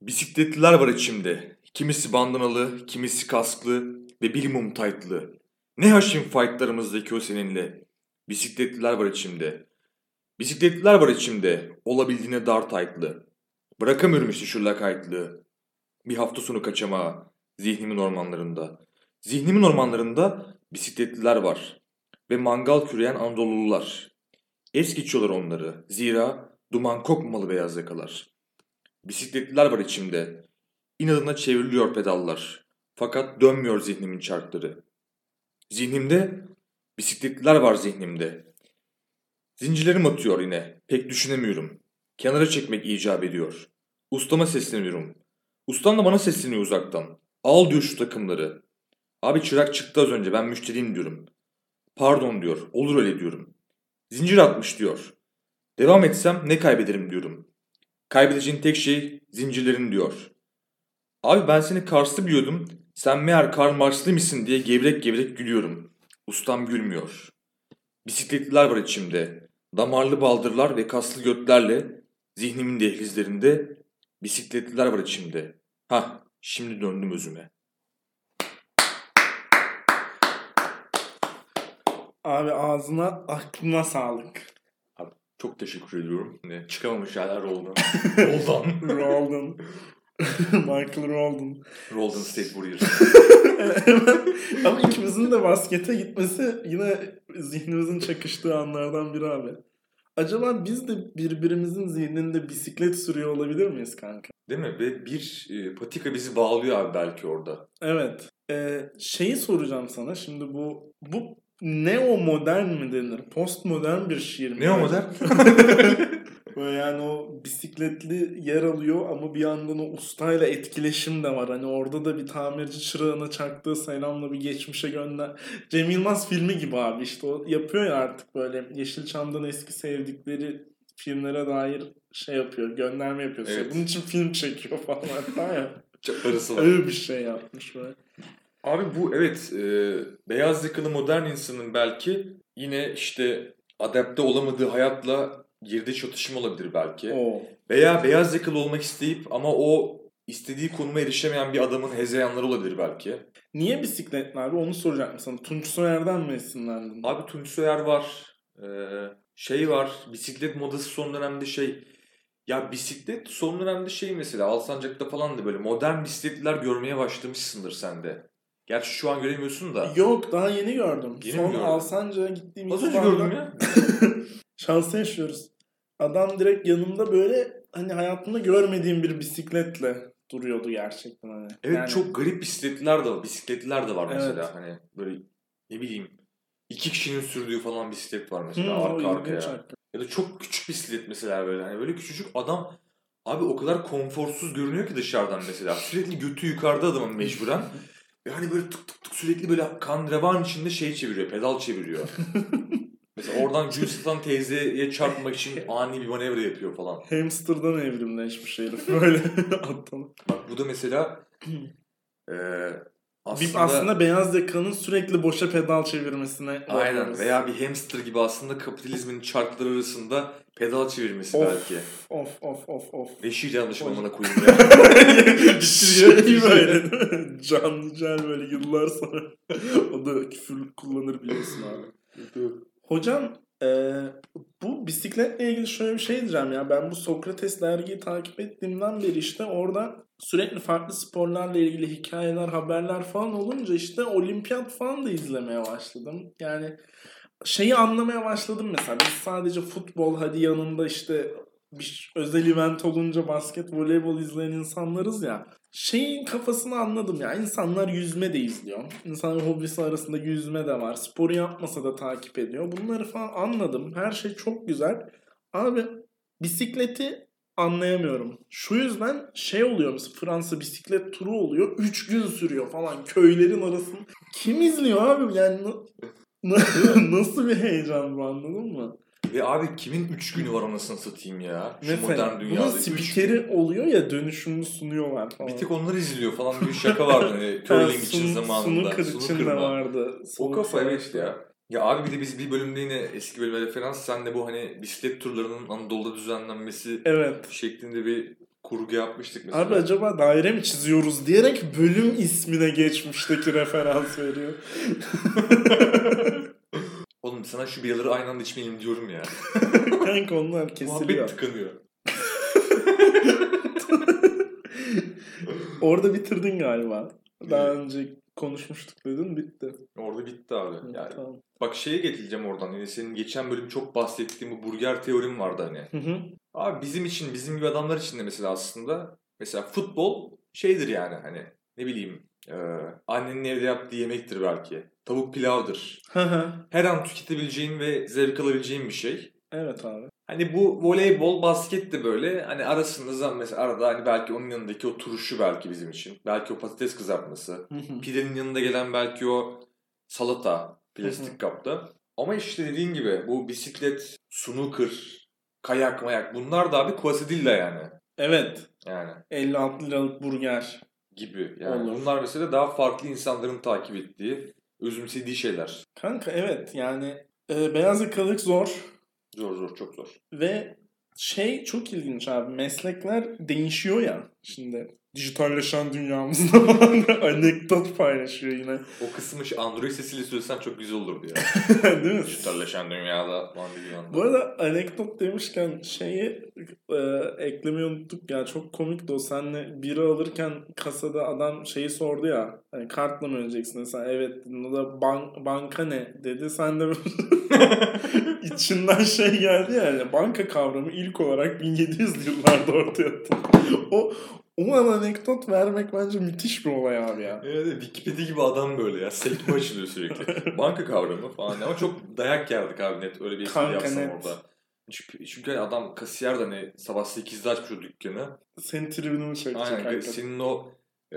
Bisikletliler var içimde. Kimisi bandanalı, kimisi kasklı ve bilimum taytlı. Ne haşin fightlarımızdaki o seninle. Bisikletliler var içimde. Bisikletliler var içimde. Olabildiğine dar taytlı. Bırakamıyorum işte şu lakaytlığı. Bir hafta sonu kaçamağa. Zihnimin ormanlarında. Zihnimin ormanlarında bisikletliler var. Ve mangal küreyen Anadoluliler. Es geçiyorlar onları. Zira duman kokmamalı beyaz yakalar. Bisikletliler var içimde. İnadına çevriliyor pedallar. Fakat dönmüyor zihnimin çarkları. Zihnimde bisikletliler var zihnimde. Zincirlerim atıyor yine. Pek düşünemiyorum. Kenara çekmek icap ediyor. Ustama sesleniyorum. Ustam da bana sesleniyor uzaktan. Al diyor şu takımları. Abi çırak çıktı az önce ben müşteriyim diyorum. Pardon diyor. Olur öyle diyorum. Zincir atmış diyor. Devam etsem ne kaybederim diyorum. Kaybedeceğin tek şey zincirlerin diyor. Abi ben seni Karslı biliyordum. Sen meğer Karl Marx'lı mısın diye gevrek gevrek gülüyorum. Ustam gülmüyor. Bisikletliler var içimde. Damarlı baldırlar ve kaslı götlerle zihnimin dehlizlerinde bisikletliler var içimde. Hah, şimdi döndüm özüme. Abi ağzına aklına sağlık. Abi çok teşekkür ediyorum. Çıkamamış yerler oldu. Roldan. Roldan. Michael Roldan. Roldan State Warriors. Ama ikimizin de baskete gitmesi yine zihnimizin çakıştığı anlardan biri abi. Acaba biz de birbirimizin zihninde bisiklet sürüyor olabilir miyiz kanka? Değil mi? Ve bir patika bizi bağlıyor abi belki orada. Evet. Şeyi soracağım sana. Şimdi bu neo modern mi denir? Postmodern bir şiir mi? Neo modern? Böyle yani o bisikletli yer alıyor ama bir yandan o ustayla etkileşim de var. Hani orada da bir tamirci çırağına çaktığı selamla bir geçmişe gönder. Cem Yılmaz filmi gibi abi işte o yapıyor ya artık böyle Yeşilçam'dan eski sevdikleri filmlere dair şey yapıyor, gönderme yapıyor. Evet. Bunun için film çekiyor falan hatta ya. Çok parası var. Öyle bir şey yapmış böyle. Abi bu evet beyaz yakalı modern insanın belki yine işte adapte olamadığı hayatla girdiği çatışma olabilir belki. O. Veya beyaz yakalı olmak isteyip ama o istediği konuma erişemeyen bir adamın hezeyanları olabilir belki. Niye bisikletli abi? Onu soracaktım sana. Tunç Soyer'den mi esinlendin? Abi Tunç Soyer var. Şey var. Bisiklet modası son dönemde şey. Ya bisiklet son dönemde şey mesela Alsancak'ta falan da böyle modern bisikletliler görmeye başlamışsındır sen de. Gerçi şu an göremiyorsun da. Yok daha yeni gördüm. Yeni Son mi gördün? Alsancak'a gittiğim Az ilk önce anda- gördüm ya. Şansı yaşıyoruz. Adam direkt yanımda böyle hani hayatımda görmediğim bir bisikletle duruyordu gerçekten hani. Evet Yani, çok garip bisikletliler de var. Bisikletliler de var Evet. mesela. Hani böyle ne bileyim 2 kişinin sürdüğü falan bisiklet var mesela o arka ilginç arkaya. hakikaten. Ya da çok küçük bisiklet mesela böyle. Hani böyle küçücük adam abi o kadar konforsuz görünüyor ki dışarıdan mesela. Sürekli götü yukarıda adamın mecburen. Ve hani böyle tık tık tık sürekli böyle kan revan içinde şey çeviriyor, pedal çeviriyor. Mesela oradan gül satan teyzeye çarpmak için ani bir manevra yapıyor falan. Hamster'dan evrimleşmiş herif böyle atlanıp. Bak bu da mesela Aslında beyaz yakanın sürekli boşa pedal çevirmesine aynen bakıyoruz. veya bir hamster gibi aslında kapitalizmin çarkları arasında pedal çevirmesi belki. Of. Reşir yanlış amına koyayım ya. Şey böyle Can Yücel böyle yıllar sonra o da küfür kullanır biliyorsun abi. Hocam bu bisikletle ilgili şöyle bir şey diyeceğim ya. Ben bu Sokrates dergiyi takip ettiğimden beri işte orada sürekli farklı sporlarla ilgili hikayeler, haberler falan olunca işte olimpiyat falan da izlemeye başladım. Yani şeyi anlamaya başladım mesela. Biz sadece futbol hadi yanında işte bir özel event olunca basket, voleybol izleyen insanlarız ya. Şeyin kafasını anladım ya. İnsanlar yüzme de izliyor. İnsanların hobisi arasında yüzme de var. Sporu yapmasa da takip ediyor. Bunları falan anladım. Her şey çok güzel. Abi bisikleti anlayamıyorum. Şu yüzden şey oluyor mesela Fransa bisiklet turu oluyor. 3 gün sürüyor falan köylerin arasında. Kim izliyor abi? Yani nasıl bir heyecan bu anladın mı? Ve abi kimin 3 günü var anasını satayım ya. Şu modern Mesela bunun dünyada. 3 gün. spikeri oluyor ya dönüşümünü sunuyorlar falan. Bir tek onlar izliyor falan bir şaka vardı hani curling için zamanında. Snooker için de vardı. O kafa evet ya. Ya abi bir de biz bir bölümde yine eski bölüme referans sen de bu hani bisiklet turlarının Anadolu'da düzenlenmesi Evet. şeklinde bir kurgu yapmıştık mesela. Abi acaba daire mi çiziyoruz diyerek bölüm ismine geçmişteki referans veriyor. Oğlum sana şu biraları aynı anda içmeyelim diyorum ya. Kanka onlar kesiliyor. Muhabbet tıkanıyor. Orada bitirdin galiba. Daha Evet. önce konuşmuştuk dedin, bitti. Orada bitti abi. Yani, Tamam. bak şeye getireceğim oradan. Yani senin geçen bölüm çok bahsettiğin bu burger teorim vardı hani. Hı hı. Abi bizim için, bizim gibi adamlar için de mesela aslında mesela futbol şeydir yani hani ne bileyim annenin evde yaptığı yemektir belki. Tavuk pilavdır. Hı hı. Her an tüketebileceğin ve zevk alabileceğin bir şey. Evet abi. Hani bu voleybol, basket de böyle hani arasında mesela arada hani belki onun yanındaki o turşu belki bizim için. Belki o patates kızartması. Hı hı. Pidenin yanında gelen belki o salata Hı hı. plastik kapta. Ama işte dediğin gibi bu bisiklet, snooker, kayak mayak bunlar da abi quesadilla yani. Evet. Yani 56 liralık burger. gibi. Yani Olur. bunlar mesela daha farklı insanların takip ettiği, özümsediği şeyler. Kanka evet yani beyaz yakalık zor Zor, çok zor. ve şey çok ilginç abi, meslekler değişiyor ya şimdi. Dijitalleşen dünyamızda falan da anekdot paylaşıyor yine. O kısmı Android sesiyle söylesen çok güzel olurdu ya. Değil mi? Dijitalleşen dünyada falan bir anda. Bu arada anekdot demişken şeyi eklemeyi unuttuk ya, çok komikti o. Senle biri alırken kasada adam şeyi sordu ya, hani kartla mı ödeyeceksin? Sen evet dedin, o da banka ne dedi, sen de içinden şey geldi yani, banka kavramı ilk olarak 1700 yıllarda ortaya atıldı. O an anekdot vermek bence müthiş bir olay abi ya. Evet, Wikipedia gibi adam böyle ya. Sekme açılıyor sürekli. Banka kavramı falan. Ama çok dayak yerdik abi net. Öyle bir espri Kanka yapsam net. orada. Çünkü adam kasiyer de hani sabah 8'de açmış o dükkanı. Senin tribününü çekecek Aynen. hakikaten. Senin o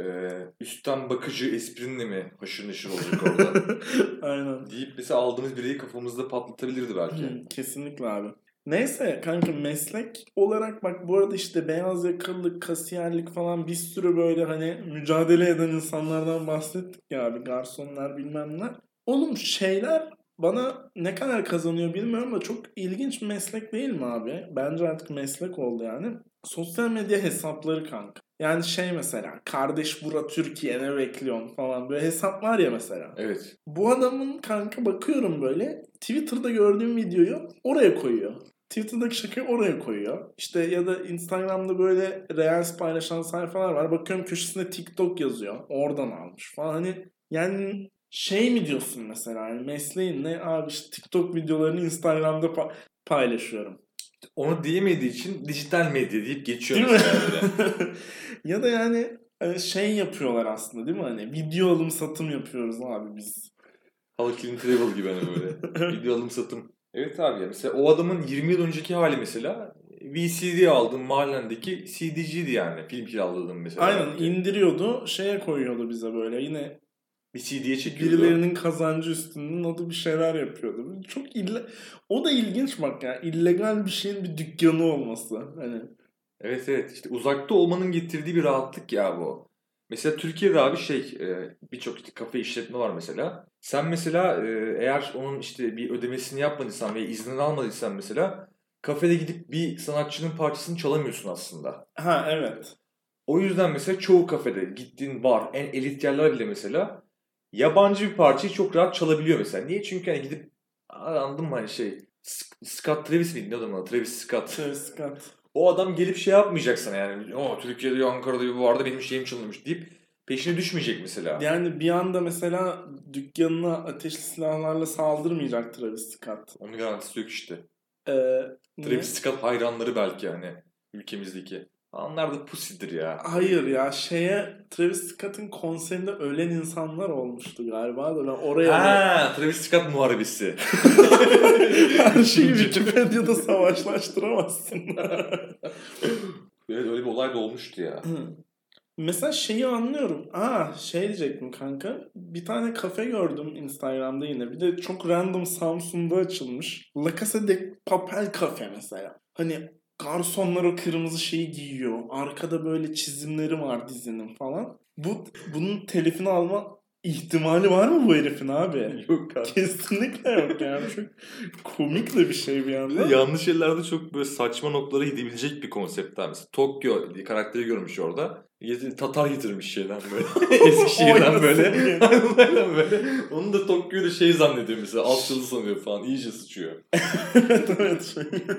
üstten bakıcı esprinle mi haşır neşir olacak orada? Aynen. Deyip mesela aldığımız bireyi kafamızda patlatabilirdi belki. Kesinlikle abi. Neyse kanka, meslek olarak bak bu arada işte beyaz yakalılık, kasiyerlik falan bir sürü böyle hani mücadele eden insanlardan bahsettik ya abi. Garsonlar bilmem ne. Oğlum şeyler bana ne kadar kazanıyor bilmiyorum da çok ilginç bir meslek değil mi abi? Bence artık meslek oldu yani. Sosyal medya hesapları kanka. Yani şey mesela, kardeş bura Türkiye ne bekliyorsun falan, böyle hesap var ya mesela. Evet. Bu adamın kanka bakıyorum böyle Twitter'da gördüğüm videoyu oraya koyuyor. Twitter'daki şakayı oraya koyuyor. İşte ya da Instagram'da böyle Reels paylaşan sayfalar var. Bakıyorum köşesinde TikTok yazıyor. Oradan almış falan. Hani yani şey mi diyorsun mesela, yani mesleğin ne abi, işte TikTok videolarını Instagram'da paylaşıyorum. Onu diyemediği için dijital medya deyip geçiyor Değil mi? mesela öyle. Ya da yani şey yapıyorlar aslında değil mi? Hani video alım satım yapıyoruz abi biz. Halkın Travel gibi hani böyle. Video alım satım. Evet abi ya. Mesela o adamın 20 yıl önceki hali mesela VCD aldığın mahallendeki CD'ciydi yani. Film kiraladığın mesela. Aynen, belki. indiriyordu, şeye koyuyordu bize böyle yine Bir CD'ye çekiyordu. birilerinin kazancı üstünden o da bir şeyler yapıyordu. Çok o da ilginç bak ya, illegal bir şeyin bir dükkanı olması hani. Evet işte uzakta olmanın getirdiği bir rahatlık ya bu. Mesela Türkiye'de abi birçok işte kafe işletme var mesela. Sen mesela eğer onun işte bir ödemesini yapmadıysan ve iznini almadıysan mesela kafede gidip bir sanatçının parçasını çalamıyorsun aslında. Ha evet. O yüzden mesela çoğu kafede gittiğin bar, en elit yerler bile mesela yabancı bir parçayı çok rahat çalabiliyor mesela. Niye? Çünkü hani gidip anladın mı hani Scott Travis miydi ne adamın adı? Travis Scott. Travis Scott. O adam gelip şey yapmayacak sana yani. O Türkiye'de Ankara'da bir vardı benim şeyim çalınmış deyip peşine düşmeyecek mesela. Yani bir anda mesela dükkanına ateşli silahlarla saldırmayacak Travis Scott. Onun garantisi yok işte. Niye? Travis Scott hayranları belki hani ülkemizdeki. Onlar da pusidir ya. Hayır ya, Travis Scott'ın konserinde ölen insanlar olmuştu galiba da ben oraya Ha, Travis Scott muharebesi. her şeyi Wikipedia'da savaşlaştıramazsın. Evet öyle bir olay da olmuştu ya. Mesela şeyi anlıyorum. Şey diyecektim kanka. Bir tane kafe gördüm Instagram'da yine. Bir de çok random Samsun'da açılmış. La Casa de Papel kafe mesela. Hani garsonlar o kırmızı şeyi giyiyor. Arkada böyle çizimleri var dizinin falan. Bunun telifini alma ihtimali var mı bu herifin abi? Yok abi. Kesinlikle yok yani. Çok komik de bir şey bir Bir yandan. de yanlış yerlerde çok böyle saçma noktalara gidebilecek bir konsept abi. Mesela Tokyo diye karakteri görmüş orada. Tatar getirmiş şeyden böyle. Eskişehir'den böyle. Aynen böyle. Onu da Tokyo'da şey zannediyor mesela. Asyalı sanıyor falan. İyice sıçıyor. Evet.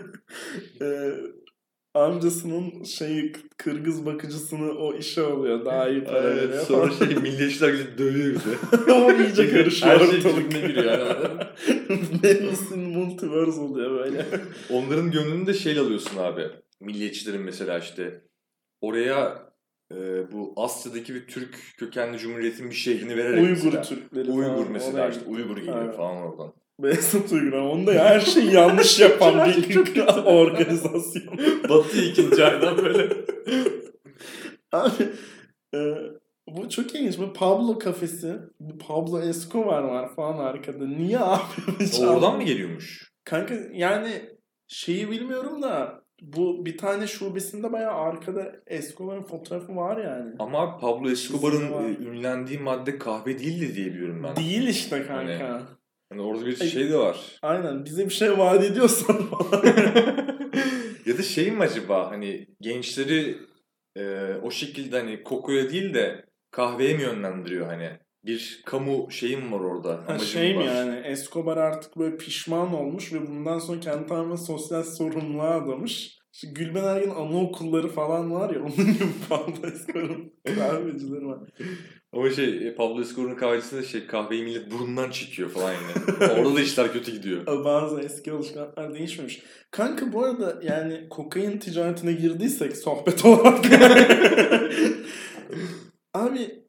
Amcasının Kırgız bakıcısını o işe alıyor. Daha iyi para Evet, veriyor sonra falan. milliyetçiler gidip dövüyor bize. O iyice karışıyor Her şey ortalık. birbirine giriyor yani. Madness'in multiverse oluyor böyle. Onların gönlünü de şeyle alıyorsun abi. Milliyetçilerin mesela işte oraya bu Asya'daki bir Türk kökenli cumhuriyetin bir şehrini vererek Uygur mesela. Türkleri Uygur falan. mesela Oraya işte gitti. Uygur geliyor Evet. falan oradan. Behzat Uygur ama onda ya her şeyi yanlış yapan bir organizasyon. Batı ikinci aydan böyle. Abi bu çok ilginç. Bu Pablo kafesi, bu Pablo Escobar var falan arkada. Niye abi? Hiç Oradan anlamadım. mı geliyormuş? Kanka yani şeyi bilmiyorum da bu bir tane şubesinde bayağı arkada Escobar'ın fotoğrafı var yani. Ama abi Pablo Escobar'ın var. ünlendiği madde kahve değildi diye biliyorum ben. Değil işte kanka. Hani orada bir şey de var. Aynen bize bir şey vaat ediyorsan falan. Ya da şey mi acaba hani gençleri o şekilde hani kokuya değil de kahveye mi yönlendiriyor hani? Bir kamu şeyim var orada. Ha, Amacım şey mi var. yani Escobar artık böyle pişman olmuş ve bundan sonra kendi tamamen sosyal sorumluluğa adamış. İşte Gülben Ergen anaokulları falan var ya onun gibi Pablo Escobar'ın kahvecileri var. Ama Pablo Escobar'ın kahvesinde kahveyi millet burnundan çekiyor falan yine. Orada da işler kötü gidiyor. Bazı eski alışkanlıklar değişmemiş. Kanka bu arada yani kokain ticaretine girdiysek sohbet olarak abi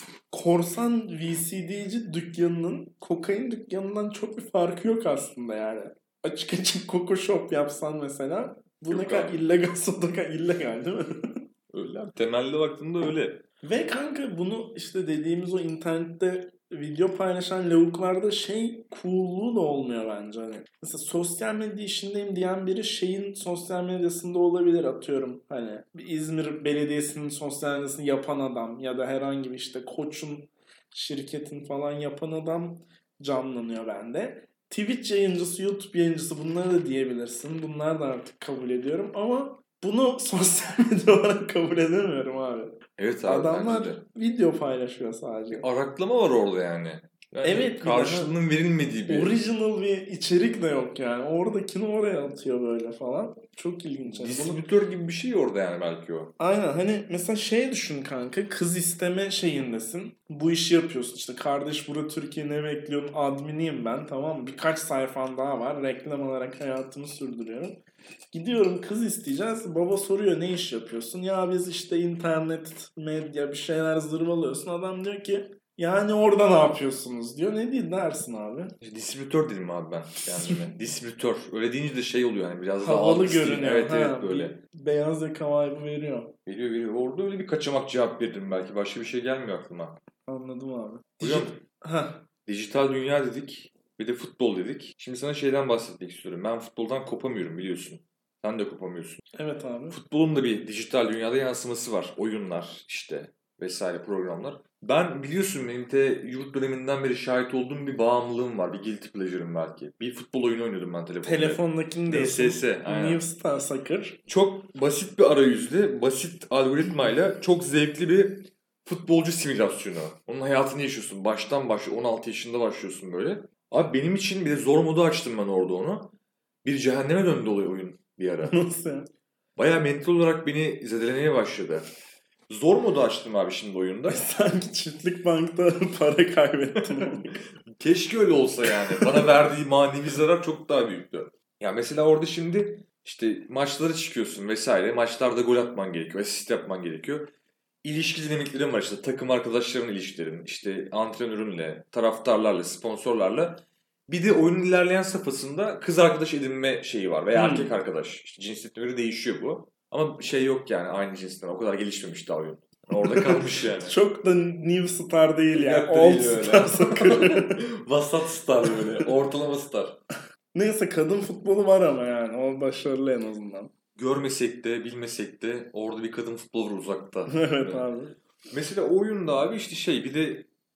korsan VCD'ci dükkanının kokain dükkanından çok bir farkı yok aslında yani. Açık açık Coco Shop yapsan mesela bu Yok ne kadar abi. illegalse o da kadar illegal değil mi? Öyle abi. Temelde baktığında öyle. Ve kanka bunu işte dediğimiz o internette video paylaşan lavuklarda coolluğu da olmuyor bence. Hani mesela sosyal medya işindeyim diyen biri sosyal medyasında olabilir atıyorum. Hani bir İzmir Belediyesi'nin sosyal medyasını yapan adam ya da herhangi bir işte Koç'un şirketin falan yapan adam canlanıyor bende. Twitch yayıncısı, YouTube yayıncısı bunları da diyebilirsin. Bunlar da artık kabul ediyorum ama bunu sosyal medya olarak kabul edemiyorum abi. Evet abi Adamlar bence de. video paylaşıyor sadece. Araklama var orada yani. Evet, bir karşılığının verilmediği bir... Original bir içerik de yok yani. Oradakini oraya atıyor böyle falan. Çok ilginç. Yani Distribütör gibi bir şey orada yani belki o. Aynen hani mesela düşün kanka kız isteme şeyindesin. Bu işi yapıyorsun işte kardeş bura Türkiye ne bekliyorsun adminiyim ben tamam mı? Birkaç sayfam daha var reklam olarak hayatımı sürdürüyorum. Gidiyorum kız isteyeceğiz. Baba soruyor ne iş yapıyorsun? Ya biz işte internet, medya bir şeyler zırvalıyorsun. Adam diyor ki yani orada ne yapıyorsunuz diyor. Ne diyeyim dersin abi? Distribütör dedim abi ben kendime. Distribütör. Öyle deyince de şey oluyor hani biraz daha Havalı alt stil. görünüyor. Evet Ha, evet böyle. Beyaz yaka vibe'ı veriyor. Veriyor. Orada öyle bir kaçamak cevap verdim belki. Başka bir şey gelmiyor aklıma. Anladım abi. Hocam Ha. dijital dünya dedik. Bir de futbol dedik. Şimdi sana şeyden bahsetmek istiyorum. Ben futboldan kopamıyorum biliyorsun. Sen de kopamıyorsun. Evet abi. Futbolun da bir dijital dünyada yansıması var. Oyunlar işte vesaire programlar. Ben biliyorsun benim de yurt döneminden beri şahit olduğum bir bağımlılığım var. Bir guilty pleasure'ım belki. Bir futbol oyunu oynuyordum ben telefonda. Telefondakini diyorsun. NSS, aynen. New Star Soccer. Çok basit bir arayüzle, basit algoritmayla çok zevkli bir futbolcu simülasyonu. Onun hayatını yaşıyorsun. Baştan 16 yaşında başlıyorsun böyle. Abi benim için bir de zor modu açtım ben orada onu. Bir cehenneme döndü oyun bir ara. Nasıl ya? Bayağı mental olarak beni zedelemeye başladı. Zor modu açtım abi şimdi oyunda. Sanki çiftlik bankta para kaybettin. Keşke öyle olsa yani. Bana verdiği manevi zarar çok daha büyüktü. Ya mesela orada şimdi işte maçlara çıkıyorsun vesaire. Maçlarda gol atman gerekiyor. Asist yapman gerekiyor. İlişki dinamiklerin var işte. Takım arkadaşların ilişkilerin, işte antrenörünle, taraftarlarla, sponsorlarla. Bir de oyunun ilerleyen safhasında kız arkadaş edinme şeyi var veya erkek arkadaş. İşte cinsiyetine göre değişiyor bu. Ama şey yok yani aynı cinsinden. O kadar gelişmemiş daha oyun. Orada kalmış yani. Çok da New Star değil yani. Yok, Old değil öyle. Star Soccer. Vasat star böyle. Ortalama star. Neyse kadın futbolu var ama yani. O başarılı en azından. Görmesek de bilmesek de orada bir kadın futbol var uzakta. Evet abi. Mesela o oyunda abi işte bir de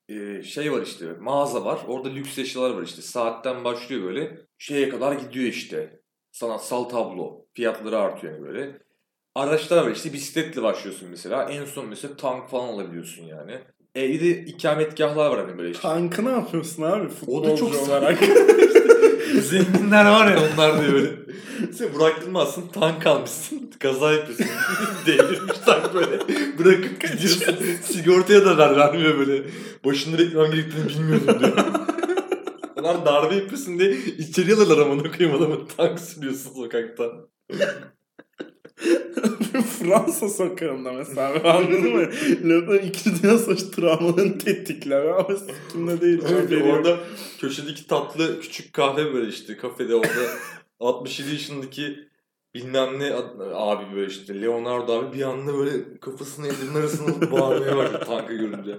şey var işte, mağaza var. Orada lüks eşyalar var işte. Saatten başlıyor böyle. Şeye kadar gidiyor işte. Sanatsal tablo. Fiyatları artıyor yani böyle. Araçlar var işte, bisikletle başlıyorsun mesela. En son mesela tank falan alabiliyorsun yani. Bir de ikametgahlar var hani böyle işte. Tankı ne yapıyorsun abi O da çok futbolcu olarak? Zenginler var ya, onlar da böyle. Sen bıraktırmazsın, tank almışsın. Kaza yapıyorsun. Devrilmiş tank böyle. Bırakıp gidiyorsun. Sigortaya da vermiyor böyle. Başında reklam gerektiğini bilmiyordum diyor. Onlar darbe yapıyorsun diye içeri alırlar, amına koyayım adamı. Tank sürüyorsun sokakta. Fransa sokağında mesela anladın mı? Lafın 2. Dünya Savaşı travmalarını tetikler ama kimde değil. Evet, orada köşedeki tatlı küçük kahve böyle işte kafede orada 67 yaşındaki bilmem ne abi böyle işte Leonardo abi bir anda böyle kafasını ellerinin arasına alıp bağırmaya başladı tankı görünce.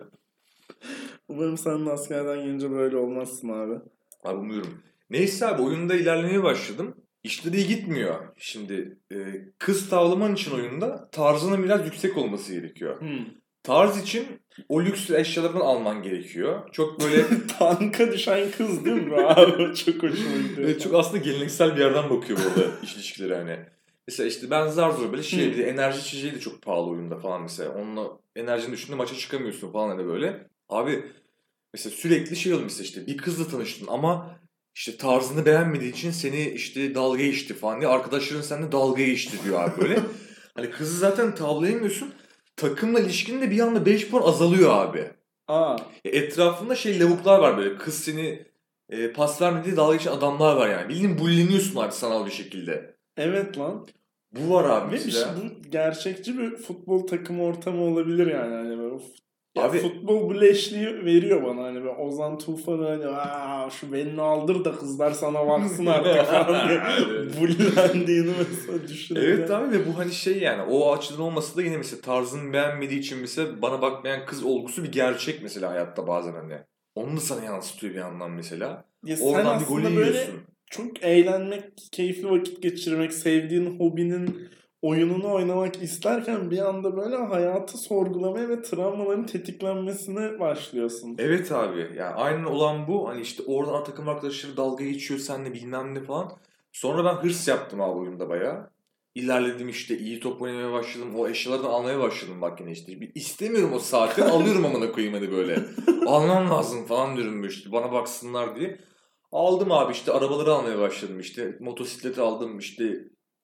Umarım sen de askerden gelince böyle olmazsın abi. Abi umuyorum. Neyse abi, oyunda ilerlemeye başladım. İşleri iyi gitmiyor. Şimdi kız tavlaman için oyunda tarzının biraz yüksek olması gerekiyor. Tarz için o lüks eşyalardan alman gerekiyor. Çok böyle Tanka düşen kız değil mi bu abi? Çok hoşuma gidiyor. evet, çok aslında geleneksel bir yerden bakıyor bu arada iş ilişkileri hani. Mesela işte ben zar zor böyle bir de enerji içeceği de çok pahalı oyunda falan mesela. Onunla enerjini düşündüğünde maça çıkamıyorsun falan hani böyle. Abi mesela sürekli şey olmuş işte, bir kızla tanıştın ama işte tarzını beğenmediği için seni işte dalga geçti falan diye. Arkadaşların seninle dalga geçti diyor abi böyle. Hani kızı zaten tavlayamıyorsun. Takımla ilişkin de bir anda 5 puan azalıyor abi. Aa. Etrafında şey lavuklar var böyle. Kız seni pas vermediği dalga geçen adamlar var yani. Bildiğin bulleniyorsun abi sanal bir şekilde. Evet lan. Bu var abi Ve mesela. bu gerçekçi bir futbol takımı ortamı olabilir yani. Hani böyle ya Abi, futbol bu leşliği veriyor bana hani böyle Ozan Tufan'ı hani aa şu belini aldır da kızlar sana baksın artık falan diye bullendiğini mesela düşününce. evet abi, ve bu hani şey yani o açıdan olmasa da yine mesela tarzını beğenmediği için mesela bana bakmayan kız olgusu bir gerçek mesela hayatta bazen hani. Onu da sana yansıtıyor bir yandan mesela. Ya sen Oradan bir golü aslında böyle yiyorsun. çok eğlenmek, keyifli vakit geçirmek, sevdiğin hobinin oyununu oynamak isterken bir anda böyle hayatı sorgulamaya ve travmaların tetiklenmesine başlıyorsun. Evet abi, yani aynen olan bu. Hani işte oradan takım arkadaşları dalga geçiyor seninle bilmem ne falan. Sonra ben hırs yaptım abi oyunda bayağı. İlerledim işte, iyi top oynamaya başladım. O eşyalardan almaya başladım bak yine işte. Bir istemiyorum o saati, alıyorum amına koyayım hadi böyle. Almam lazım falan diyorum böyle işte, bana baksınlar diye. Aldım abi işte, arabaları almaya başladım işte. Motosikleti aldım işte,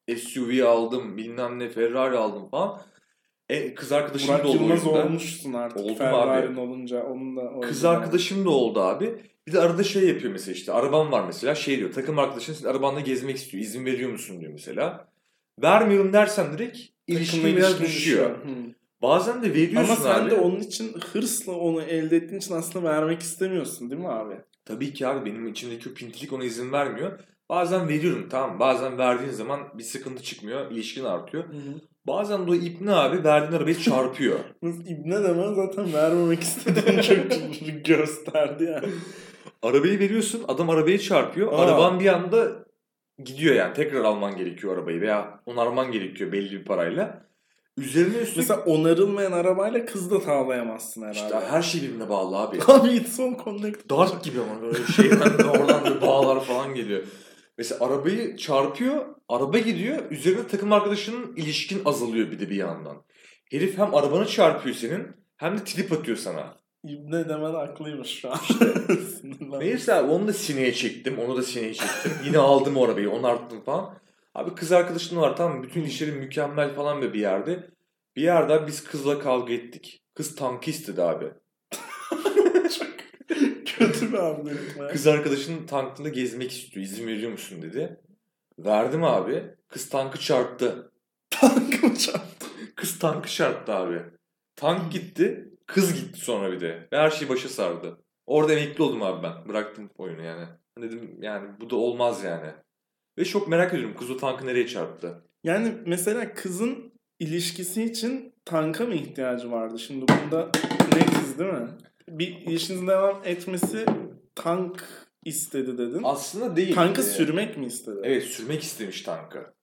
SUV aldım bilmem ne, Ferrari aldım falan. Kız arkadaşım da Burak oldu Yılmaz oyunda. olmuşsun artık Oldum abi. Ferrari'nin olunca. Onun da Kız oydu. arkadaşım da oldu abi. Bir de arada şey yapıyor mesela işte, arabam var mesela, şey diyor, takım arkadaşın senin arabanla gezmek istiyor, izin veriyor musun diyor mesela. Vermiyorum dersen direkt ilişkin biraz düşüyor. Bazen de veriyorsun ama sen abi. de onun için hırsla onu elde ettiğin için aslında vermek istemiyorsun değil mi abi? Tabii ki abi, benim içimdeki o pintilik ona izin vermiyor. Bazen veriyorum, tamam, bazen verdiğin zaman bir sıkıntı çıkmıyor, ilişkin artıyor. Bazen de o ibne abi verdiğin arabayı çarpıyor. İbne demen zaten vermemek istediğini çok gösterdi yani. Arabayı veriyorsun, adam arabayı çarpıyor. Araban bir anda gidiyor yani. Tekrar alman gerekiyor arabayı veya onarman gerekiyor belli bir parayla. Üzerine üstlük... Mesela onarılmayan arabayla kız da tavlayamazsın herhalde. İşte her şey birbirine bağlı abi. Abi it's all connected. Dark gibi ama böyle şeyden de oradan da bağlar falan geliyor. Mesela arabayı çarpıyor, araba gidiyor. Üzerine takım arkadaşının ilişkin azalıyor bir de bir yandan. Herif hem arabanı çarpıyor senin, hem de trip atıyor sana. İbne demen haklıymış şu an. Neyse abi, onu da sineye çektim. Onu da sineye çektim. Yine aldım o arabayı. Onarttım falan. Abi kız arkadaşın var, tamam mı? Bütün işleri mükemmel falan bir yerde. Bir yerde biz kızla kavga ettik. Kız tankı istedi abi. Çok kötü bir anlık. Kız arkadaşının tankında gezmek istiyor. İzin veriyor musun dedi. Verdim abi. Kız tankı çarptı. Tankı mı çarptı? Kız tankı çarptı abi. Tank gitti. Kız gitti sonra bir de. Ve her şey başa sardı. Orada emekli oldum abi ben. Bıraktım oyunu yani. Dedim yani bu da olmaz yani. Ve çok merak ediyorum, kız o tankı nereye çarptı? Yani mesela kızın ilişkisi için tanka mı ihtiyacı vardı? Şimdi bunda netiz değil mi? Bir ilişkinizin devam etmesi tank istedi dedin. Aslında değil. Tankı sürmek mi istedi? Evet, sürmek istemiş tankı.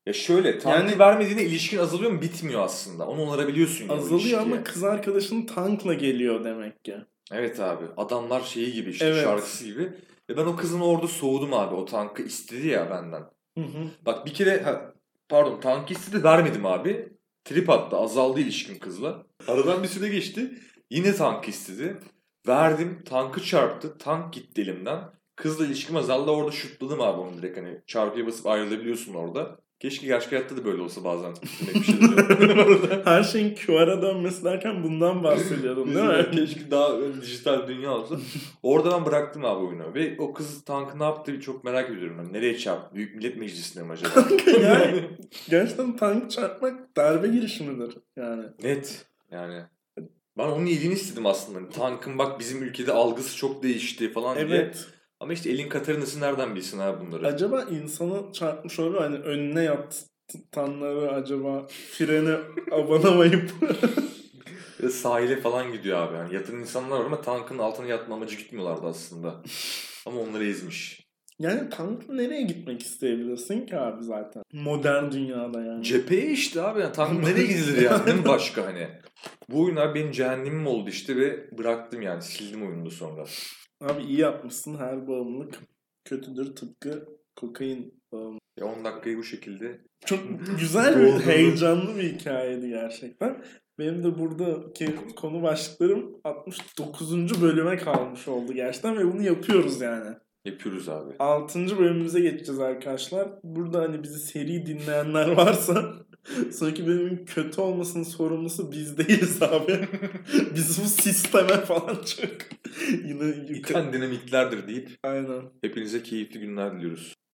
Ya şöyle tankı Yani- vermediğine ilişkin azalıyor mu? Bitmiyor aslında. Onu onarabiliyorsun ya o Azalıyor ilişkiye. ama kız arkadaşın tankla geliyor demek ki. Evet abi. Adamlar şeyi gibi işte Evet. şarkısı gibi. Ve ben o kızın orada soğudum abi. O tankı istedi ya benden. Hı hı. Bak bir kere pardon tankı istedi vermedim abi. Trip attı. Azaldı ilişkim kızla. Aradan bir süre geçti. Yine tankı istedi. Verdim. Tankı çarptı. Tank gitti elimden. Kızla ilişkim azaldı. Orada şutladım abi onu direkt. Hani çarpıya basıp ayrılabiliyorsun orada. Keşke gerçek hayatta da böyle olsa bazen. Demek bir şey diyorum. Her şeyin QR'a dönmesi derken bundan bahsediyordum değil mi? Keşke daha dijital dünya olsa. Orada ben bıraktım abi oyunu. Ve o kız tankı ne yaptı çok merak ediyorum. Yani nereye çarptı? Büyük Millet Meclisi'ne mi acaba? Yani gerçekten tank çarpmak darbe girişimidir yani. Net. Yani ben onun iyiliğini istedim aslında. Hani tankın bak bizim ülkede algısı çok değişti falan diye. Evet. Ama işte elin Katarina'sı nereden bilsin abi bunları? Acaba insanı çarpmış olabilir. Hani önüne yatanları acaba frene abanamayıp Ve sahile falan gidiyor abi. Yani yatan insanlar var ama tankın altına yatma amacı gitmiyorlardı aslında. Ama onları ezmiş. yani tankla nereye gitmek isteyebilirsin ki abi zaten? Modern dünyada yani. Cepheye işte abi. Yani tank nereye gidilir yani? Değil mi başka hani? Bu oyunlar benim cehennemim oldu işte ve bıraktım yani. Sildim oyunu sonra. Abi iyi yapmışsın. Her bağımlılık kötüdür. Tıpkı kokain bağımlılığı. 10 dakikayı bu şekilde Çok güzel bir, Doldurdum. heyecanlı bir hikayeydi gerçekten. Benim de buradaki konu başlıklarım 69. bölüme kalmış oldu gerçekten ve bunu yapıyoruz yani. yapıyoruz abi. 6. bölümümüze geçeceğiz arkadaşlar. Burada hani bizi seri dinleyenler varsa sonraki bölümün kötü olmasının sorumlusu biz değiliz abi. Biz bu sisteme falan çok yine İten dinamiklerdir deyip aynen. hepinize keyifli günler diliyoruz.